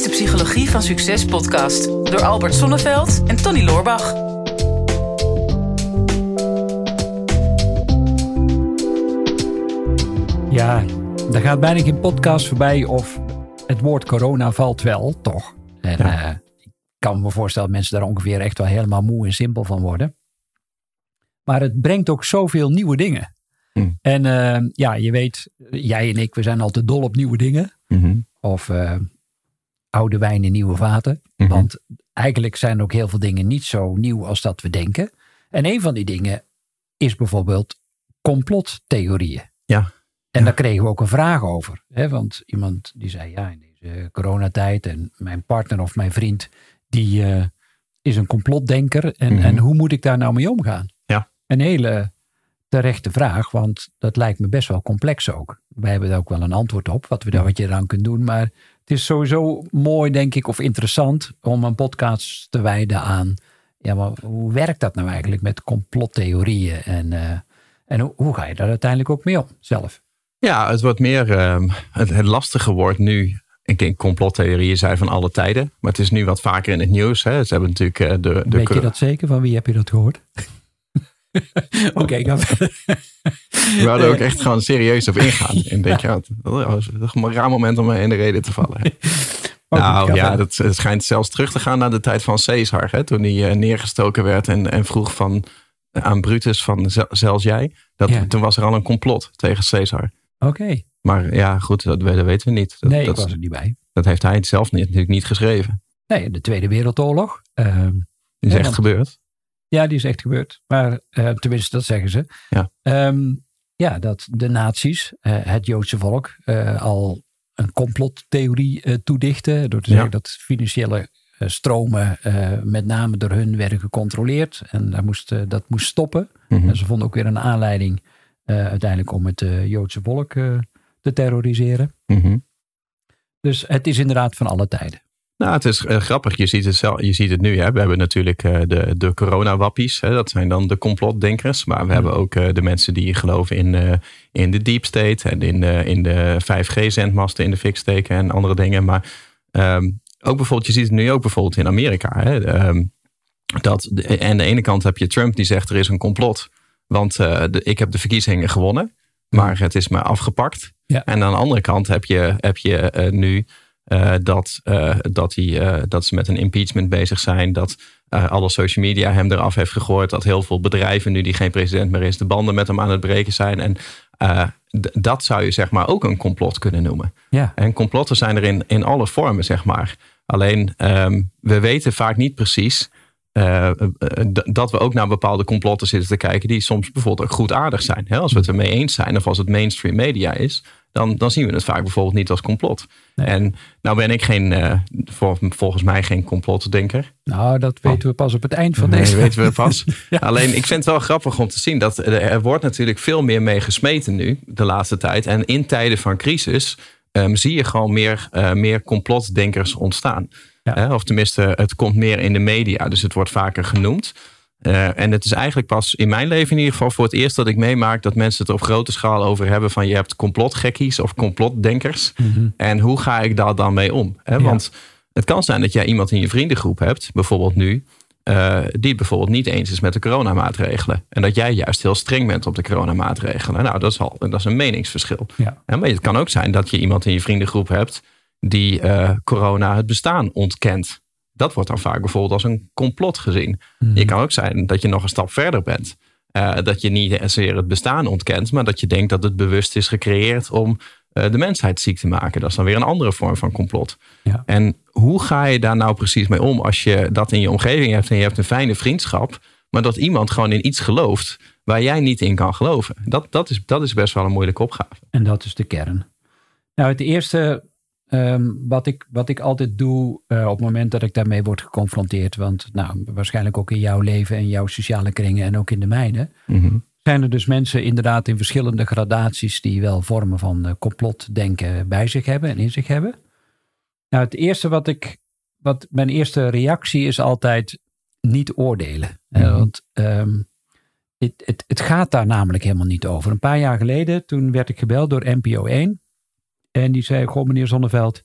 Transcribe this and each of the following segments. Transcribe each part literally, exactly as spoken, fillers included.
de Psychologie van Succes podcast door Albert Sonneveld en Tony Loorbach. Ja, er gaat bijna geen podcast voorbij of het woord corona valt wel, toch? En ja. uh, ik kan me voorstellen dat mensen daar ongeveer echt wel helemaal moe en simpel van worden. Maar het brengt ook zoveel nieuwe dingen. Mm. En uh, ja, je weet, jij en ik, we zijn altijd dol op nieuwe dingen. Mm-hmm. Of uh, oude wijn in nieuwe vaten. Mm-hmm. Want eigenlijk zijn er ook heel veel dingen niet zo nieuw als dat we denken. En een van die dingen is bijvoorbeeld complottheorieën. Ja. En daar kregen we ook een vraag over. Hè? Want iemand die zei, ja, in deze coronatijd en mijn partner of mijn vriend, die uh, is een complotdenker. En, mm-hmm. en hoe moet ik daar nou mee omgaan? Ja. Een hele terechte vraag, want dat lijkt me best wel complex ook. Wij hebben daar ook wel een antwoord op, wat, we daar, wat je eraan kunt doen. Maar het is sowieso mooi, denk ik, of interessant om een podcast te wijden aan, ja, maar hoe werkt dat nou eigenlijk met complottheorieën? En, uh, en hoe, hoe ga je daar uiteindelijk ook mee om zelf? Ja, het wordt meer, uh, het, het lastige wordt nu, ik denk complottheorieën zijn van alle tijden, maar het is nu wat vaker in het nieuws. Hè. Ze hebben natuurlijk uh, de, de... Weet je dat zeker? Van wie heb je dat gehoord? Oké, okay, ga verder. We hadden ook echt gewoon serieus op ingaan. En denk je, dat is een raar moment om in de reden te vallen. Oh, nou ja, dat, het schijnt zelfs terug te gaan naar de tijd van Caesar. Hè, toen hij uh, neergestoken werd en, en vroeg van, uh, aan Brutus van zelfs jij. Dat, ja. Toen was er al een complot tegen Caesar. Oké. Okay. Maar ja, goed, dat, dat weten we niet. Dat, nee, dat, ik was er niet bij. Dat heeft hij het zelf niet, natuurlijk niet geschreven. Nee, de Tweede Wereldoorlog. Uh, die is echt want, gebeurd. Ja, die is echt gebeurd. Maar uh, tenminste, dat zeggen ze. Ja, um, ja dat de nazi's, uh, het Joodse volk, uh, al een complottheorie uh, toedichten. Door te zeggen ja. dat financiële uh, stromen uh, met name door hun werden gecontroleerd. En daar moest, uh, dat moest stoppen. Mm-hmm. En ze vonden ook weer een aanleiding uh, uiteindelijk om het uh, Joodse volk uh, te terroriseren. Mm-hmm. Dus het is inderdaad van alle tijden. Nou, het is uh, grappig. Je ziet het, zelf, je ziet het nu. Hè. We hebben natuurlijk uh, de, de coronawappies. Hè. Dat zijn dan de complotdenkers. Maar we mm. hebben ook uh, de mensen die geloven in, uh, in de deep state. En in, uh, in de vijf G-zendmasten in de fik steken en andere dingen. Maar um, ook bijvoorbeeld, je ziet het nu ook bijvoorbeeld in Amerika. Hè. Um, dat, en aan de ene kant heb je Trump die zegt er is een complot. Want uh, de, ik heb de verkiezingen gewonnen. Maar het is me afgepakt. Ja. En aan de andere kant heb je, heb je uh, nu... Uh, dat, uh, dat, die, uh, dat ze met een impeachment bezig zijn. Dat uh, alle social media hem eraf heeft gegooid. Dat heel veel bedrijven, nu die geen president meer is, de banden met hem aan het breken zijn. En uh, d- dat zou je zeg maar ook een complot kunnen noemen. Ja. En complotten zijn er in, in alle vormen, zeg maar. Alleen, um, we weten vaak niet precies uh, d- dat we ook naar bepaalde complotten zitten te kijken die soms bijvoorbeeld ook goedaardig zijn. Hè? Als we het ermee eens zijn of als het mainstream media is, dan, dan zien we het vaak bijvoorbeeld niet als complot. Nee. En nou ben ik geen, uh, vol, volgens mij geen complotdenker. Nou, dat weten oh. we pas op het eind van nee, deze. Dat weten we pas. Ja. Alleen, ik vind het wel grappig om te zien dat er wordt natuurlijk veel meer mee gesmeten nu, de laatste tijd. En in tijden van crisis um, zie je gewoon meer, uh, meer complotdenkers ontstaan. Ja. Hè? Of tenminste, het komt meer in de media, dus het wordt vaker genoemd. Uh, en het is eigenlijk pas in mijn leven in ieder geval voor het eerst dat ik meemaak dat mensen het op grote schaal over hebben van je hebt complotgekkies of complotdenkers. Mm-hmm. En hoe ga ik daar dan mee om? Hè? Ja. Want het kan zijn dat jij iemand in je vriendengroep hebt, bijvoorbeeld nu, uh, die het bijvoorbeeld niet eens is met de coronamaatregelen. En dat jij juist heel streng bent op de coronamaatregelen. Nou, dat is, al, dat is een meningsverschil. Ja. En, maar het kan ook zijn dat je iemand in je vriendengroep hebt die uh, corona het bestaan ontkent. Dat wordt dan vaak bijvoorbeeld als een complot gezien. Mm. Je kan ook zijn dat je nog een stap verder bent. Uh, dat je niet zozeer het bestaan ontkent, maar dat je denkt dat het bewust is gecreëerd om uh, de mensheid ziek te maken. Dat is dan weer een andere vorm van complot. Ja. En hoe ga je daar nou precies mee om als je dat in je omgeving hebt en je hebt een fijne vriendschap, maar dat iemand gewoon in iets gelooft waar jij niet in kan geloven? Dat, dat, is, dat is best wel een moeilijke opgave. En dat is de kern. Nou, het eerste Um, wat, ik, wat ik altijd doe uh, op het moment dat ik daarmee word geconfronteerd, want nou, waarschijnlijk ook in jouw leven en jouw sociale kringen en ook in de mijne, mm-hmm. zijn er dus mensen inderdaad in verschillende gradaties die wel vormen van uh, complotdenken bij zich hebben en in zich hebben. Nou, het eerste wat ik, wat mijn eerste reactie is altijd niet oordelen. Mm-hmm. Uh, want um, het, het, het gaat daar namelijk helemaal niet over. Een paar jaar geleden, toen werd ik gebeld door N P O één. En die zei, goh meneer Zonneveld,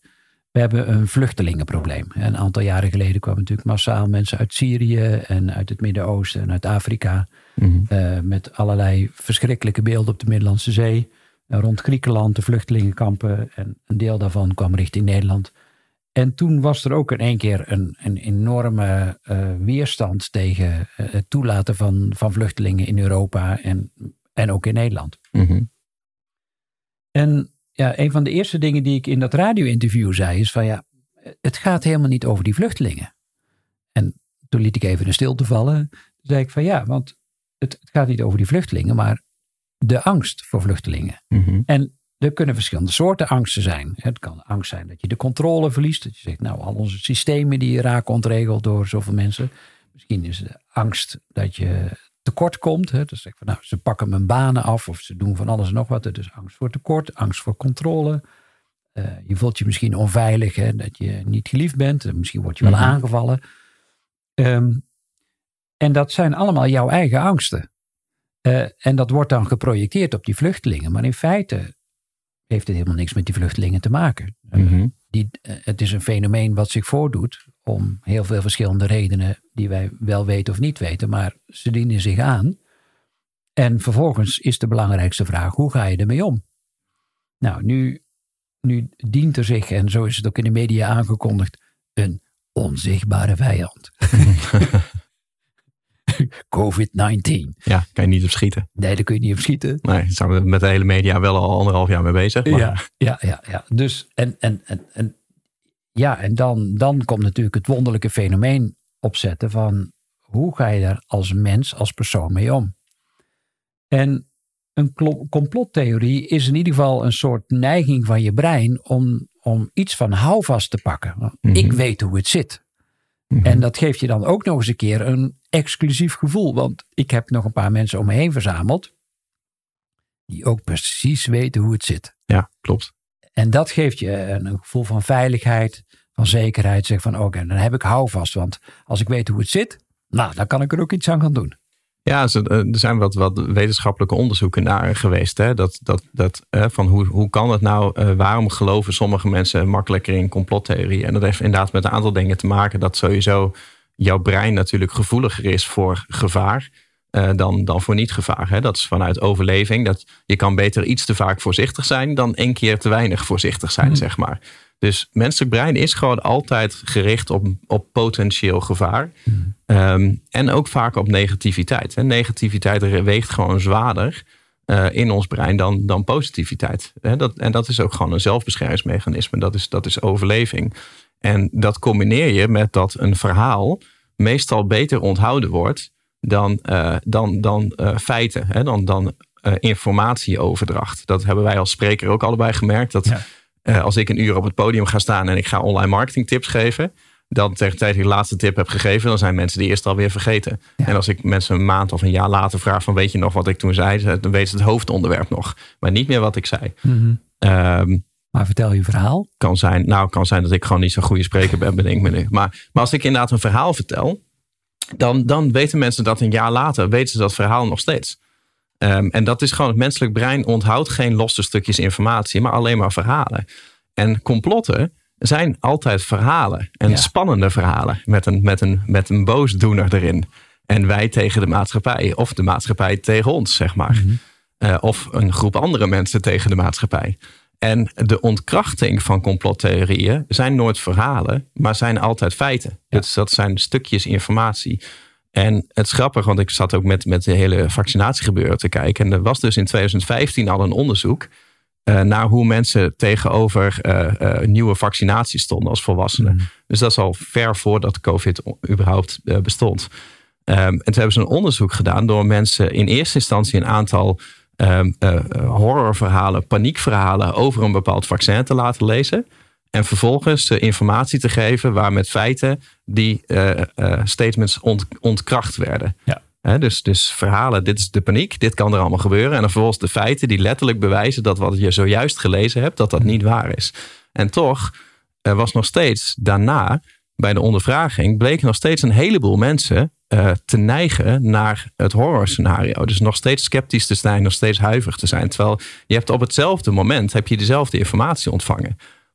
We hebben een vluchtelingenprobleem. Een aantal jaren geleden kwamen natuurlijk massaal mensen uit Syrië en uit het Midden-Oosten en uit Afrika. Mm-hmm. Uh, met allerlei verschrikkelijke beelden op de Middellandse Zee. Uh, rond Griekenland, de vluchtelingenkampen. En een deel daarvan kwam richting Nederland. En toen was er ook in één keer een, een enorme uh, weerstand tegen uh, het toelaten van, van vluchtelingen in Europa en, en ook in Nederland. Mm-hmm. En ja, een van de eerste dingen die ik in dat radio-interview zei is van ja, het gaat helemaal niet over die vluchtelingen. En toen liet ik even een stilte vallen. Toen zei ik van ja, want het, het gaat niet over die vluchtelingen, maar de angst voor vluchtelingen. Mm-hmm. En er kunnen verschillende soorten angsten zijn. Het kan angst zijn dat je de controle verliest. Dat je zegt, nou, al onze systemen die raken ontregeld door zoveel mensen. Misschien is de angst dat je tekort komt. Hè. Dus zeg van, nou, ze pakken mijn banen af of ze doen van alles en nog wat. Het is angst voor tekort, angst voor controle. Uh, je voelt je misschien onveilig, hè, dat je niet geliefd bent. Misschien word je wel mm-hmm. aangevallen. Um, en dat zijn allemaal jouw eigen angsten. Uh, en dat wordt dan geprojecteerd op die vluchtelingen. Maar in feite heeft het helemaal niks met die vluchtelingen te maken. Mm-hmm. Uh, die, uh, het is een fenomeen wat zich voordoet om heel veel verschillende redenen die wij wel weten of niet weten. Maar ze dienen zich aan. En vervolgens is de belangrijkste vraag, hoe ga je ermee om? Nou, nu, nu dient er zich, en zo is het ook in de media aangekondigd, een onzichtbare vijand. covid negentien. Ja, kan je niet op schieten. Nee, daar kun je niet op schieten. Nee, daar zijn we met de hele media wel al anderhalf jaar mee bezig. Maar... Ja, ja, ja, ja. Dus, en, en, en, en, ja, en dan, dan komt natuurlijk het wonderlijke fenomeen opzetten van hoe ga je daar als mens, als persoon mee om? En een complottheorie is in ieder geval een soort neiging van je brein om, om iets van houvast te pakken. Mm-hmm. Ik weet hoe het zit. Mm-hmm. En dat geeft je dan ook nog eens een keer een exclusief gevoel. Want ik heb nog een paar mensen om me heen verzameld die ook precies weten hoe het zit. Ja, klopt. En dat geeft je een gevoel van veiligheid, van zekerheid. Zeg van oké, okay, dan heb ik houvast. Want als ik weet hoe het zit, nou, dan kan ik er ook iets aan gaan doen. Ja, er zijn wat, wat wetenschappelijke onderzoeken naar geweest. Hè? Dat, dat, dat, van hoe, hoe kan het nou? Waarom geloven sommige mensen makkelijker in complottheorie? En dat heeft inderdaad met een aantal dingen te maken. Dat sowieso jouw brein natuurlijk gevoeliger is voor gevaar uh, dan, dan voor niet gevaar. Hè? Dat is vanuit overleving. Dat je kan beter iets te vaak voorzichtig zijn dan één keer te weinig voorzichtig zijn, mm. zeg maar. Dus menselijk brein is gewoon altijd gericht op, op potentieel gevaar. Mm. Um, en ook vaak op negativiteit. Hè. Negativiteit weegt gewoon zwaarder uh, in ons brein dan, dan positiviteit. Hè. Dat, en dat is ook gewoon een zelfbeschermingsmechanisme. Dat is, dat is overleving. En dat combineer je met dat een verhaal meestal beter onthouden wordt dan, uh, dan, dan uh, feiten. Hè. Dan, dan uh, informatieoverdracht. Dat hebben wij als spreker ook allebei gemerkt. Dat ja. uh, als ik een uur op het podium ga staan en ik ga online marketing tips geven, dan tegen de tijd ik de laatste tip heb gegeven, dan zijn mensen die eerst alweer vergeten. Ja. En als ik mensen een maand of een jaar later vraag van weet je nog wat ik toen zei, dan weten ze het hoofdonderwerp nog. Maar niet meer wat ik zei. Mm-hmm. Um, maar vertel je verhaal. Kan zijn, nou, kan zijn dat ik gewoon niet zo'n goede spreker ben, bedenk me nu. Maar, maar als ik inderdaad een verhaal vertel, dan, dan weten mensen dat een jaar later, weten ze dat verhaal nog steeds. Um, en dat is gewoon het menselijk brein onthoudt geen losse stukjes informatie, maar alleen maar verhalen. En complotten zijn altijd verhalen. En ja. spannende verhalen. Met een, met, een, met een boosdoener erin. En wij tegen de maatschappij. Of de maatschappij tegen ons, zeg maar. Mm-hmm. Uh, of een groep andere mensen tegen de maatschappij. En de ontkrachting van complottheorieën zijn nooit verhalen. Maar zijn altijd feiten. Ja. Dus dat zijn stukjes informatie. En het is grappig, want ik zat ook met, met de hele vaccinatiegebeuren te kijken. En er was dus in twintig vijftien al een onderzoek Uh, naar hoe mensen tegenover uh, uh, nieuwe vaccinaties stonden als volwassenen. Mm. Dus dat is al ver voordat COVID überhaupt uh, bestond. Um, en toen hebben ze een onderzoek gedaan door mensen in eerste instantie een aantal um, uh, horrorverhalen, paniekverhalen over een bepaald vaccin te laten lezen. En vervolgens de informatie te geven waar met feiten die uh, uh, statements ont, ontkracht werden. Ja. He, dus, dus verhalen, dit is de paniek, dit kan er allemaal gebeuren. En dan vervolgens de feiten die letterlijk bewijzen dat wat je zojuist gelezen hebt, dat dat niet waar is. En toch er was nog steeds daarna, bij de ondervraging, bleken nog steeds een heleboel mensen uh, te neigen naar het horrorscenario. Dus nog steeds sceptisch te zijn, nog steeds huiverig te zijn. Terwijl je hebt op hetzelfde moment heb je dezelfde informatie ontvangen.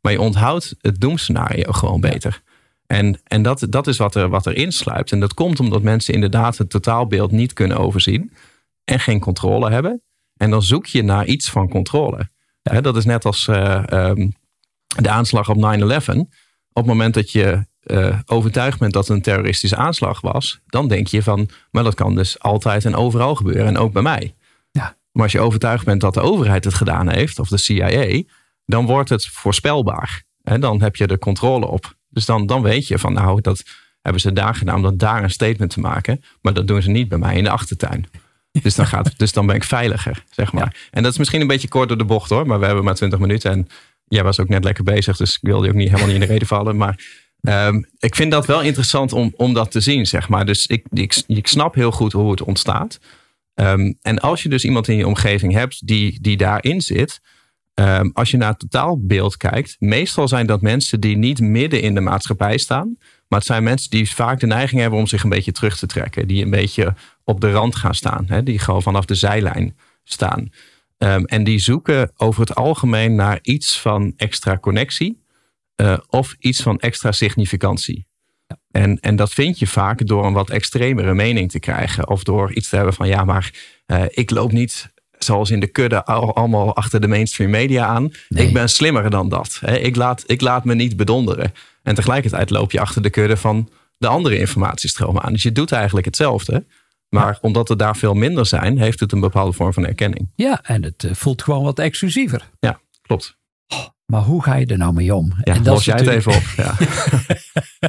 Maar je onthoudt het doemscenario gewoon beter. Ja. En, en dat, dat is wat er, wat er insluipt. En dat komt omdat mensen inderdaad het totaalbeeld niet kunnen overzien. En geen controle hebben. En dan zoek je naar iets van controle. Ja. He, dat is net als uh, um, de aanslag op nine eleven. Op het moment dat je uh, overtuigd bent dat het een terroristische aanslag was. Dan denk je van, maar dat kan dus altijd en overal gebeuren. En ook bij mij. Ja. Maar als je overtuigd bent dat de overheid het gedaan heeft. Of de C I A. Dan wordt het voorspelbaar. He, dan heb je de controle op. Dus dan, dan weet je van nou, dat hebben ze daar gedaan om dat daar een statement te maken. Maar dat doen ze niet bij mij in de achtertuin. Dus dan, gaat, dus dan ben ik veiliger, zeg maar. Ja. En dat is misschien een beetje kort door de bocht hoor. Maar we hebben maar twintig minuten. En jij was ook net lekker bezig. Dus ik wilde je ook niet helemaal niet in de reden vallen. Maar um, ik vind dat wel interessant om, om dat te zien, zeg maar. Dus ik, ik, ik snap heel goed hoe het ontstaat. Um, en als je dus iemand in je omgeving hebt die, die daarin zit. Um, als je naar het totaalbeeld kijkt. Meestal zijn dat mensen die niet midden in de maatschappij staan. Maar het zijn mensen die vaak de neiging hebben om zich een beetje terug te trekken. Die een beetje op de rand gaan staan. Hè? Die gewoon vanaf de zijlijn staan. Um, en die zoeken over het algemeen naar iets van extra connectie. Uh, of iets van extra significantie. Ja. En, en dat vind je vaak door een wat extremere mening te krijgen. Of door iets te hebben van ja, maar uh, ik loop niet zoals in de kudde al, allemaal achter de mainstream media aan. Nee. Ik ben slimmer dan dat. Hè? Ik, laat, ik laat me niet bedonderen. En tegelijkertijd loop je achter de kudde van de andere informatiestromen aan. Dus je doet eigenlijk hetzelfde. Maar ja. omdat er daar veel minder zijn, heeft het een bepaalde vorm van erkenning. Ja, en het uh, voelt gewoon wat exclusiever. Ja, klopt. Oh, maar hoe ga je er nou mee om? Ja, en dat los jij natuurlijk... het even op. Ja.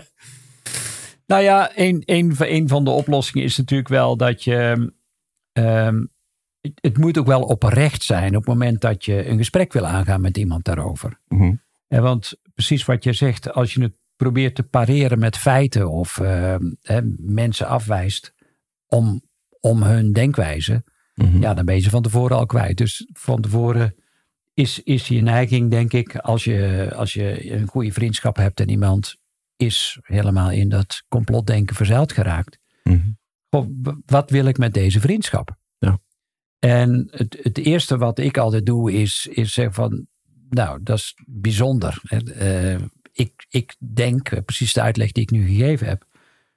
Nou ja, een, een, een van de oplossingen is natuurlijk wel dat je... Um, het, het moet ook wel oprecht zijn op het moment dat je een gesprek wil aangaan met iemand daarover. Mm-hmm. En want precies wat je zegt, als je het probeert te pareren met feiten of uh, hè, mensen afwijst om, om hun denkwijze, mm-hmm. ja, dan ben je ze van tevoren al kwijt. Dus van tevoren is, is je neiging, denk ik, als je, als je een goede vriendschap hebt en iemand is helemaal in dat complotdenken verzeild geraakt. Mm-hmm. Of, wat wil ik met deze vriendschap? Ja. En het, het eerste wat ik altijd doe is, is zeggen van, nou, dat is bijzonder. Uh, ik, ik denk, precies de uitleg die ik nu gegeven heb,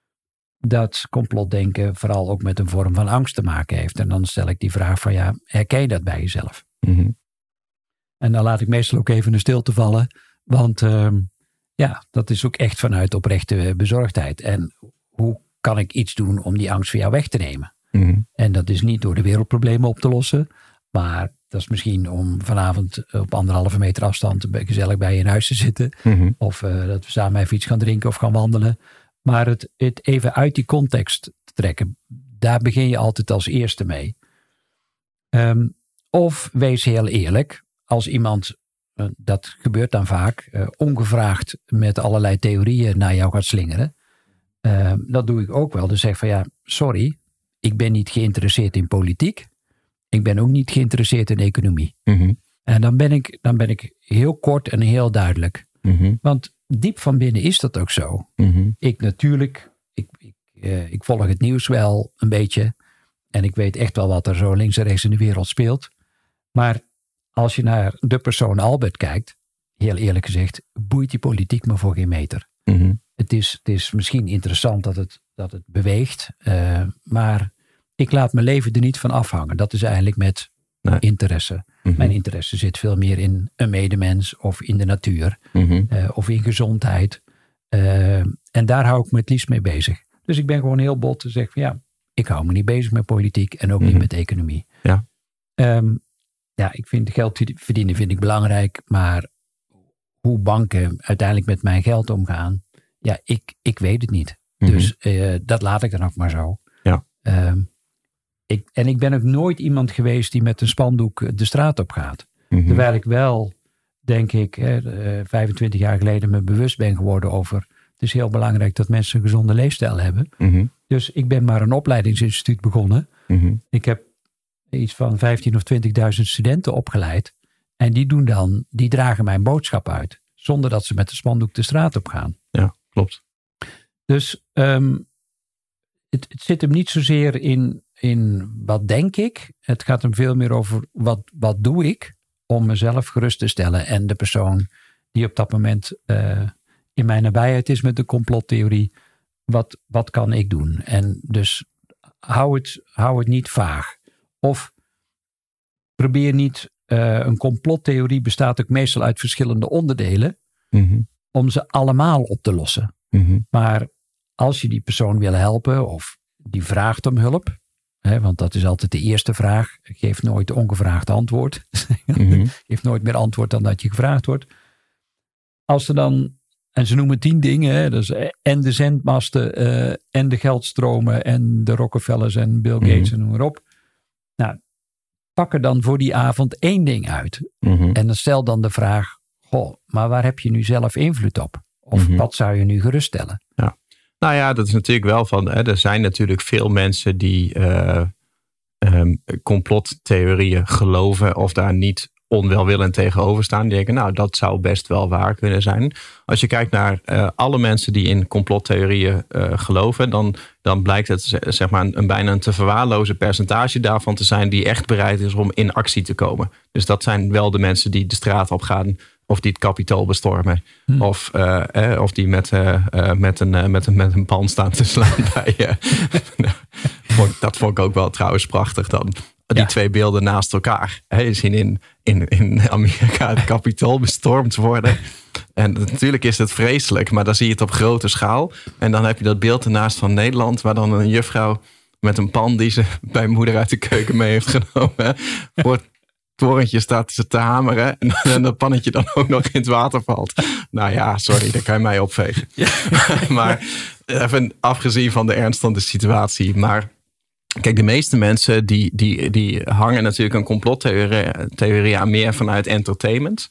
dat complotdenken vooral ook met een vorm van angst te maken heeft. En dan stel ik die vraag van, ja, herken je dat bij jezelf? Mm-hmm. En dan laat ik meestal ook even een stilte vallen, want uh, ja, dat is ook echt vanuit oprechte bezorgdheid. En hoe kan ik iets doen om die angst voor jou weg te nemen? Mm-hmm. En dat is niet door de wereldproblemen op te lossen, maar dat is misschien om vanavond op anderhalve meter afstand gezellig bij je in huis te zitten. Mm-hmm. Of uh, dat we samen even iets gaan drinken of gaan wandelen. Maar het, het even uit die context te trekken, daar begin je altijd als eerste mee. Um, of wees heel eerlijk, als iemand, uh, dat gebeurt dan vaak, uh, ongevraagd met allerlei theorieën naar jou gaat slingeren. Uh, dat doe ik ook wel. Dus zeg van ja, sorry, ik ben niet geïnteresseerd in politiek. Ik ben ook niet geïnteresseerd in economie. Mm-hmm. En dan ben ik, dan ben ik heel kort en heel duidelijk. Mm-hmm. Want diep van binnen is dat ook zo. Mm-hmm. Ik natuurlijk, ik, ik, uh, ik volg het nieuws wel een beetje. En ik weet echt wel wat er zo links en rechts in de wereld speelt. Maar als je naar de persoon Albert kijkt, heel eerlijk gezegd, boeit die politiek me voor geen meter. Mm-hmm. Het is, het is misschien interessant dat het, dat het beweegt. Uh, maar ik laat mijn leven er niet van afhangen. Dat is eigenlijk met nee. interesse. Mm-hmm. Mijn interesse zit veel meer in een medemens of in de natuur. Mm-hmm. Uh, of in gezondheid. Uh, en daar hou ik me het liefst mee bezig. Dus ik ben gewoon heel bot te zeggen van ja, ik hou me niet bezig met politiek en ook mm-hmm. niet met economie. Ja. Um, ja, ik vind geld verdienen vind ik belangrijk. Maar hoe banken uiteindelijk met mijn geld omgaan, ja, ik, ik weet het niet. Mm-hmm. Dus uh, dat laat ik dan ook maar zo. Ja. Um, ik, en ik ben ook nooit iemand geweest die met een spandoek de straat op gaat. Mm-hmm. Terwijl ik wel, denk ik, uh, vijfentwintig jaar geleden me bewust ben geworden over, het is heel belangrijk dat mensen een gezonde leefstijl hebben. Mm-hmm. Dus ik ben maar een opleidingsinstituut begonnen. Mm-hmm. Ik heb iets van vijftien of twintigduizend studenten opgeleid. En die doen dan, die dragen mijn boodschap uit. Zonder dat ze met de spandoek de straat op gaan. Ja, klopt. Dus um, het, het zit hem niet zozeer in, in wat denk ik. Het gaat hem veel meer over wat, wat doe ik om mezelf gerust te stellen. En de persoon die op dat moment uh, in mijn nabijheid is met de complottheorie. Wat, wat kan ik doen? En dus hou het, hou het niet vaag. Of probeer niet, uh, een complottheorie bestaat ook meestal uit verschillende onderdelen. Mm-hmm. Om ze allemaal op te lossen. Mm-hmm. Maar als je die persoon wil helpen of die vraagt om hulp. Hè, want dat is altijd de eerste vraag. Geef nooit ongevraagd antwoord. Mm-hmm. Geef nooit meer antwoord dan dat je gevraagd wordt. Als er dan, en ze noemen tien dingen. Hè, dus en de zendmasten uh, en de geldstromen en de Rockefellers en Bill Gates mm-hmm. en noem maar op. Nou, pak er dan voor die avond één ding uit. Mm-hmm. En dan stel dan de vraag. Goh, maar waar heb je nu zelf invloed op? Of mm-hmm. wat zou je nu geruststellen? Ja. Nou ja, dat is natuurlijk wel van. Hè, er zijn natuurlijk veel mensen die uh, um, complottheorieën geloven of daar niet onwelwillend tegenover staan. Die denken, nou, dat zou best wel waar kunnen zijn. Als je kijkt naar uh, alle mensen die in complottheorieën uh, geloven, dan, dan blijkt het zeg maar een, een bijna een te verwaarlozen percentage daarvan te zijn die echt bereid is om in actie te komen. Dus dat zijn wel de mensen die de straat op gaan. Of die het Capitool bestormen. Hmm. Of, uh, eh, of die met, uh, uh, met, een, uh, met, een, met een pan staan te slaan bij je. Uh, dat vond ik ook wel trouwens prachtig dan. Die ja. twee beelden naast elkaar. He, je ziet in, in, in Amerika het Capitool bestormd worden. En natuurlijk is het vreselijk. Maar dan zie je het op grote schaal. En dan heb je dat beeld ernaast van Nederland. Waar dan een juffrouw met een pan die ze bij moeder uit de keuken mee heeft genomen. Wordt torentje staat ze te hameren en dat pannetje dan ook nog in het water valt. Nou ja, sorry, daar kan je mij opvegen. Ja. Maar even afgezien van de ernst van de situatie. Maar kijk, de meeste mensen die, die, die hangen natuurlijk een complottheorie aan meer vanuit entertainment.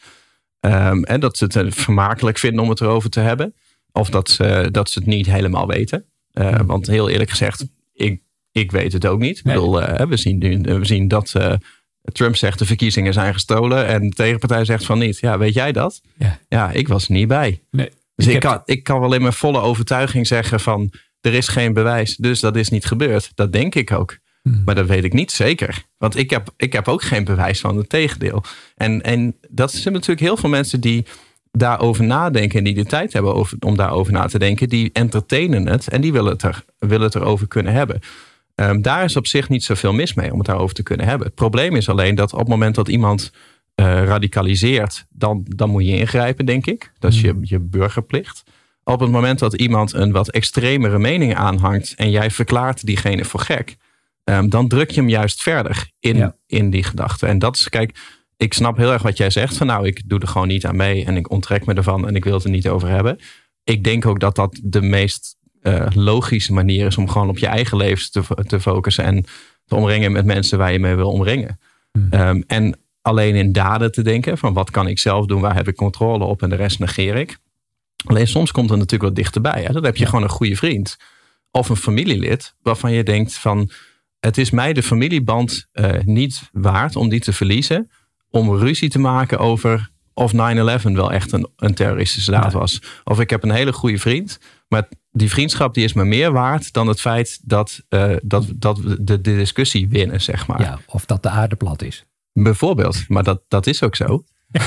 Um, en dat ze het vermakelijk vinden om het erover te hebben. Of dat ze, dat ze het niet helemaal weten. Uh, hmm. Want heel eerlijk gezegd, ik, ik weet het ook niet. Ik bedoel, uh, we, zien nu, we zien dat Uh, Trump zegt de verkiezingen zijn gestolen en de tegenpartij zegt van niet. Ja, weet jij dat? Ja, ja ik was er niet bij. Nee, dus ik, ik, kan, ik kan wel in mijn volle overtuiging zeggen van er is geen bewijs, dus dat is niet gebeurd. Dat denk ik ook. Hmm. Maar dat weet ik niet zeker. Want ik heb, ik heb ook geen bewijs van het tegendeel. En, en dat zijn natuurlijk heel veel mensen die daarover nadenken en die de tijd hebben over, om daarover na te denken. Die entertainen het en die willen het, er, willen het erover kunnen hebben. Um, daar is op zich niet zoveel mis mee om het daarover te kunnen hebben. Het probleem is alleen dat op het moment dat iemand uh, radicaliseert, dan, dan moet je ingrijpen, denk ik. Dat is je, je burgerplicht. Op het moment dat iemand een wat extremere mening aanhangt en jij verklaart diegene voor gek, um, dan druk je hem juist verder in, ja. in die gedachte. En dat is, kijk, ik snap heel erg wat jij zegt van nou, ik doe er gewoon niet aan mee en ik onttrek me ervan en ik wil het er niet over hebben. Ik denk ook dat dat de meest Uh, logische manier is om gewoon op je eigen leven te, te focussen en te omringen met mensen waar je mee wil omringen. Hmm. Um, en alleen in daden te denken van wat kan ik zelf doen, waar heb ik controle op en de rest negeer ik. Alleen soms komt het natuurlijk wat dichterbij. Hè? Dan heb je ja. gewoon een goede vriend of een familielid waarvan je denkt van het is mij de familieband uh, niet waard om die te verliezen, om ruzie te maken over of nine eleven wel echt een, een terroristische daad ja. was. Of ik heb een hele goede vriend, maar die vriendschap die is me meer waard dan het feit dat, uh, dat, dat we de, de discussie winnen, zeg maar. Ja, of dat de aarde plat is. Bijvoorbeeld, maar dat, dat is ook zo.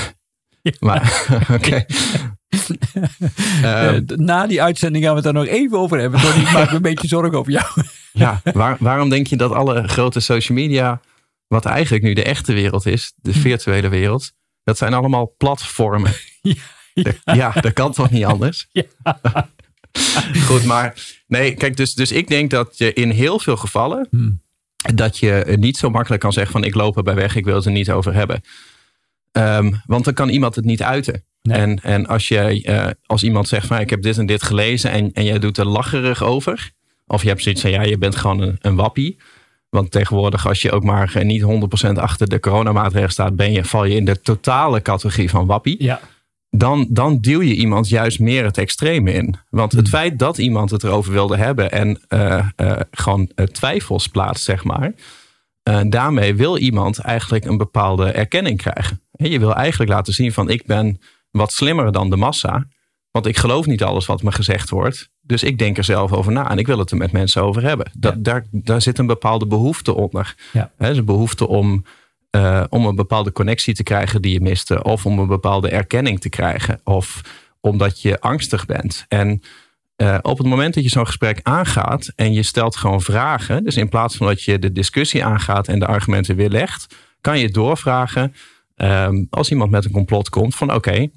Ja. Maar, oké. Okay. Uh, Na die uitzending gaan we het daar nog even over hebben. Tony, ik maak me een beetje zorgen over jou. Ja, waar, waarom denk je dat alle grote social media, wat eigenlijk nu de echte wereld is, de virtuele wereld, dat zijn allemaal platformen. Ja, ja. ja dat kan toch niet anders? Ja. Goed, maar nee, kijk, dus, dus ik denk dat je in heel veel gevallen hmm. dat je niet zo makkelijk kan zeggen van ik loop erbij weg, ik wil het er niet over hebben. Um, want dan kan iemand het niet uiten. Nee. En, en als, je, uh, als iemand zegt van ik heb dit en dit gelezen en, en jij doet er lacherig over. Of je hebt zoiets van ja, je bent gewoon een, een wappie. Want tegenwoordig als je ook maar niet honderd procent achter de coronamaatregelen staat, ben je, val je in de totale categorie van wappie. Ja. Dan, dan duw je iemand juist meer het extreme in. Want het hmm. feit dat iemand het erover wilde hebben en uh, uh, gewoon uh, twijfels plaatst, zeg maar. Uh, daarmee wil iemand eigenlijk een bepaalde erkenning krijgen. En je wil eigenlijk laten zien van ik ben wat slimmer dan de massa. Want ik geloof niet alles wat me gezegd wordt. Dus ik denk er zelf over na en ik wil het er met mensen over hebben. Dat, ja. daar, daar zit een bepaalde behoefte onder. Ja. He, een behoefte om uh, om een bepaalde connectie te krijgen die je miste. Of om een bepaalde erkenning te krijgen. Of omdat je angstig bent. En uh, op het moment dat je zo'n gesprek aangaat en je stelt gewoon vragen. Dus in plaats van dat je de discussie aangaat en de argumenten weerlegt, kan je doorvragen. Um, als iemand met een complot komt van oké, okay,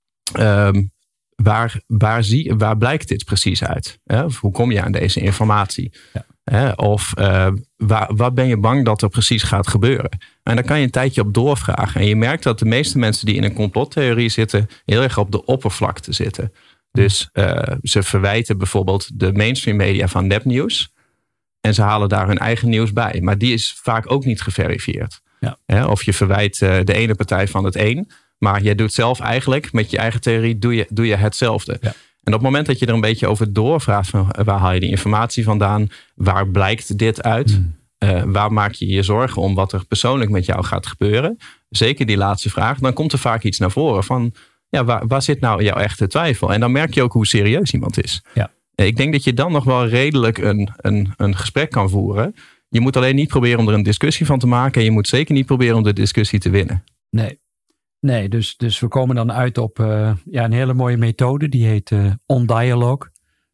um, waar, waar, zie, waar blijkt dit precies uit? Hè? Of hoe kom je aan deze informatie? Ja. Hè? Of uh, waar, waar ben je bang dat er precies gaat gebeuren? En daar kan je een tijdje op doorvragen. En je merkt dat de meeste mensen die in een complottheorie zitten heel erg op de oppervlakte zitten. Dus uh, ze verwijten bijvoorbeeld de mainstream media van nepnieuws. En ze halen daar hun eigen nieuws bij. Maar die is vaak ook niet geverifieerd. Ja. Hè? Of je verwijt uh, de ene partij van het een. Maar je doet zelf eigenlijk, met je eigen theorie, doe je, doe je hetzelfde. Ja. En op het moment dat je er een beetje over doorvraagt, van waar haal je die informatie vandaan? Waar blijkt dit uit? Hmm. Uh, waar maak je je zorgen om wat er persoonlijk met jou gaat gebeuren? Zeker die laatste vraag. Dan komt er vaak iets naar voren van, ja, waar, waar zit nou jouw echte twijfel? En dan merk je ook hoe serieus iemand is. Ja. Ik denk dat je dan nog wel redelijk een, een, een gesprek kan voeren. Je moet alleen niet proberen om er een discussie van te maken. En je moet zeker niet proberen om de discussie te winnen. Nee. Nee, dus, dus we komen dan uit op uh, ja, een hele mooie methode. Die heet uh, On Dialogue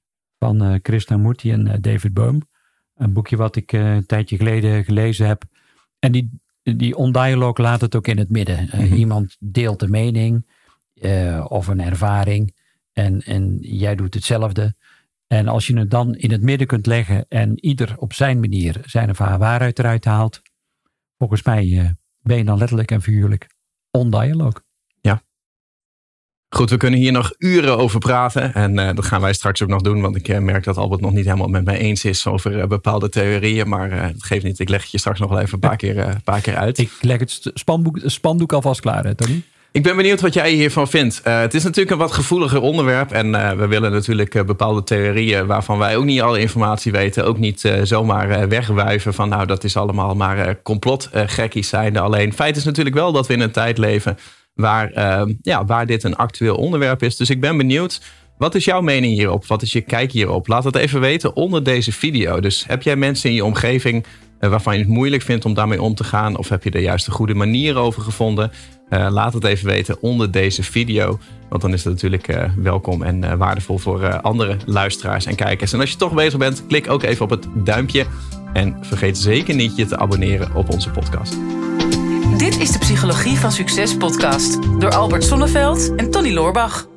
van uh, Krishnamurti en uh, David Bohm. Een boekje wat ik uh, een tijdje geleden gelezen heb. En die, die On Dialogue laat het ook in het midden. Uh, mm-hmm. Iemand deelt een mening uh, of een ervaring. En, en jij doet hetzelfde. En als je het dan in het midden kunt leggen en ieder op zijn manier zijn of haar waarheid eruit haalt. Volgens mij uh, ben je dan letterlijk en figuurlijk on dialogue. Ja. Goed, we kunnen hier nog uren over praten. En uh, dat gaan wij straks ook nog doen. Want ik uh, merk dat Albert nog niet helemaal met mij eens is over uh, bepaalde theorieën. Maar uh, dat geeft niet. Ik leg het je straks nog wel even een paar keer, uh, een paar keer uit. Ik leg het spandoek, spandoek alvast klaar, hè, Tony? Ik ben benieuwd wat jij hiervan vindt. Uh, het is natuurlijk een wat gevoeliger onderwerp. En uh, we willen natuurlijk uh, bepaalde theorieën waarvan wij ook niet alle informatie weten. Ook niet uh, zomaar uh, wegwuiven van nou dat is allemaal maar uh, complotgekkies uh, zijnde. Alleen feit is natuurlijk wel dat we in een tijd leven waar, uh, ja, waar dit een actueel onderwerp is. Dus ik ben benieuwd. Wat is jouw mening hierop? Wat is je kijk hierop? Laat het even weten onder deze video. Dus heb jij mensen in je omgeving uh, waarvan je het moeilijk vindt om daarmee om te gaan? Of heb je er juist een goede manier over gevonden? Uh, laat het even weten onder deze video. Want dan is het natuurlijk uh, welkom en uh, waardevol voor uh, andere luisteraars en kijkers. En als je toch bezig bent, klik ook even op het duimpje. En vergeet zeker niet je te abonneren op onze podcast. Dit is de Psychologie van Succes podcast. Door Albert Sonneveld en Tony Loorbach.